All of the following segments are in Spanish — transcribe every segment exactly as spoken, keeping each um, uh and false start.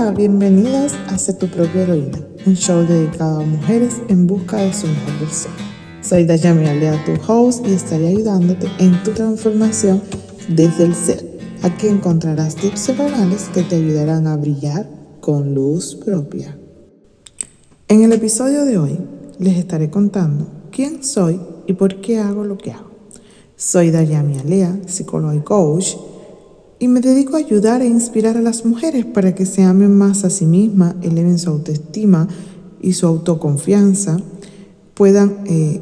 Hola, bienvenidas a Sé tu propia heroína, un show dedicado a mujeres en busca de su mejor versión. Soy Dayami Alea, tu host, y estaré ayudándote en tu transformación desde el ser. Aquí encontrarás tips semanales que te ayudarán a brillar con luz propia. En el episodio de hoy les estaré contando quién soy y por qué hago lo que hago. Soy Dayami Alea, psicóloga y coach, y me dedico a ayudar e inspirar a las mujeres para que se amen más a sí mismas, eleven su autoestima y su autoconfianza, puedan eh,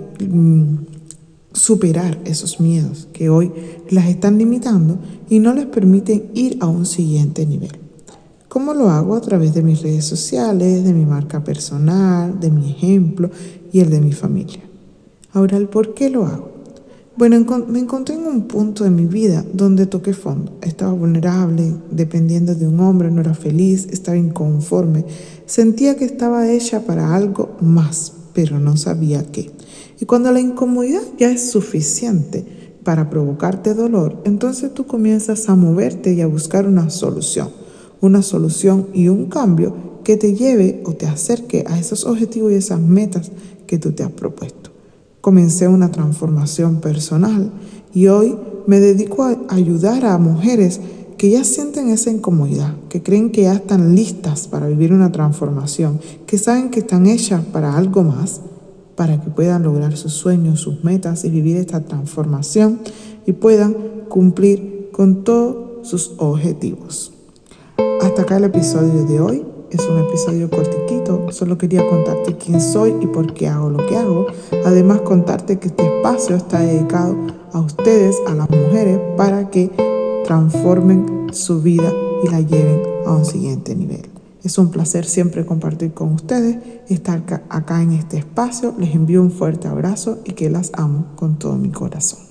superar esos miedos que hoy las están limitando y no les permiten ir a un siguiente nivel. ¿Cómo lo hago? A través de mis redes sociales, de mi marca personal, de mi ejemplo y el de mi familia. Ahora, ¿el por qué lo hago? Bueno, me encontré en un punto de mi vida donde toqué fondo. Estaba vulnerable, dependiendo de un hombre, no era feliz, estaba inconforme. Sentía que estaba hecha para algo más, pero no sabía qué. Y cuando la incomodidad ya es suficiente para provocarte dolor, entonces tú comienzas a moverte y a buscar una solución. Una solución y un cambio que te lleve o te acerque a esos objetivos y esas metas que tú te has propuesto. Comencé una transformación personal y hoy me dedico a ayudar a mujeres que ya sienten esa incomodidad, que creen que ya están listas para vivir una transformación, que saben que están hechas para algo más, para que puedan lograr sus sueños, sus metas y vivir esta transformación y puedan cumplir con todos sus objetivos. Hasta acá el episodio de hoy. Es un episodio cortito, solo quería contarte quién soy y por qué hago lo que hago. Además, contarte que este espacio está dedicado a ustedes, a las mujeres, para que transformen su vida y la lleven a un siguiente nivel. Es un placer siempre compartir con ustedes, estar acá en este espacio. Les envío un fuerte abrazo y que las amo con todo mi corazón.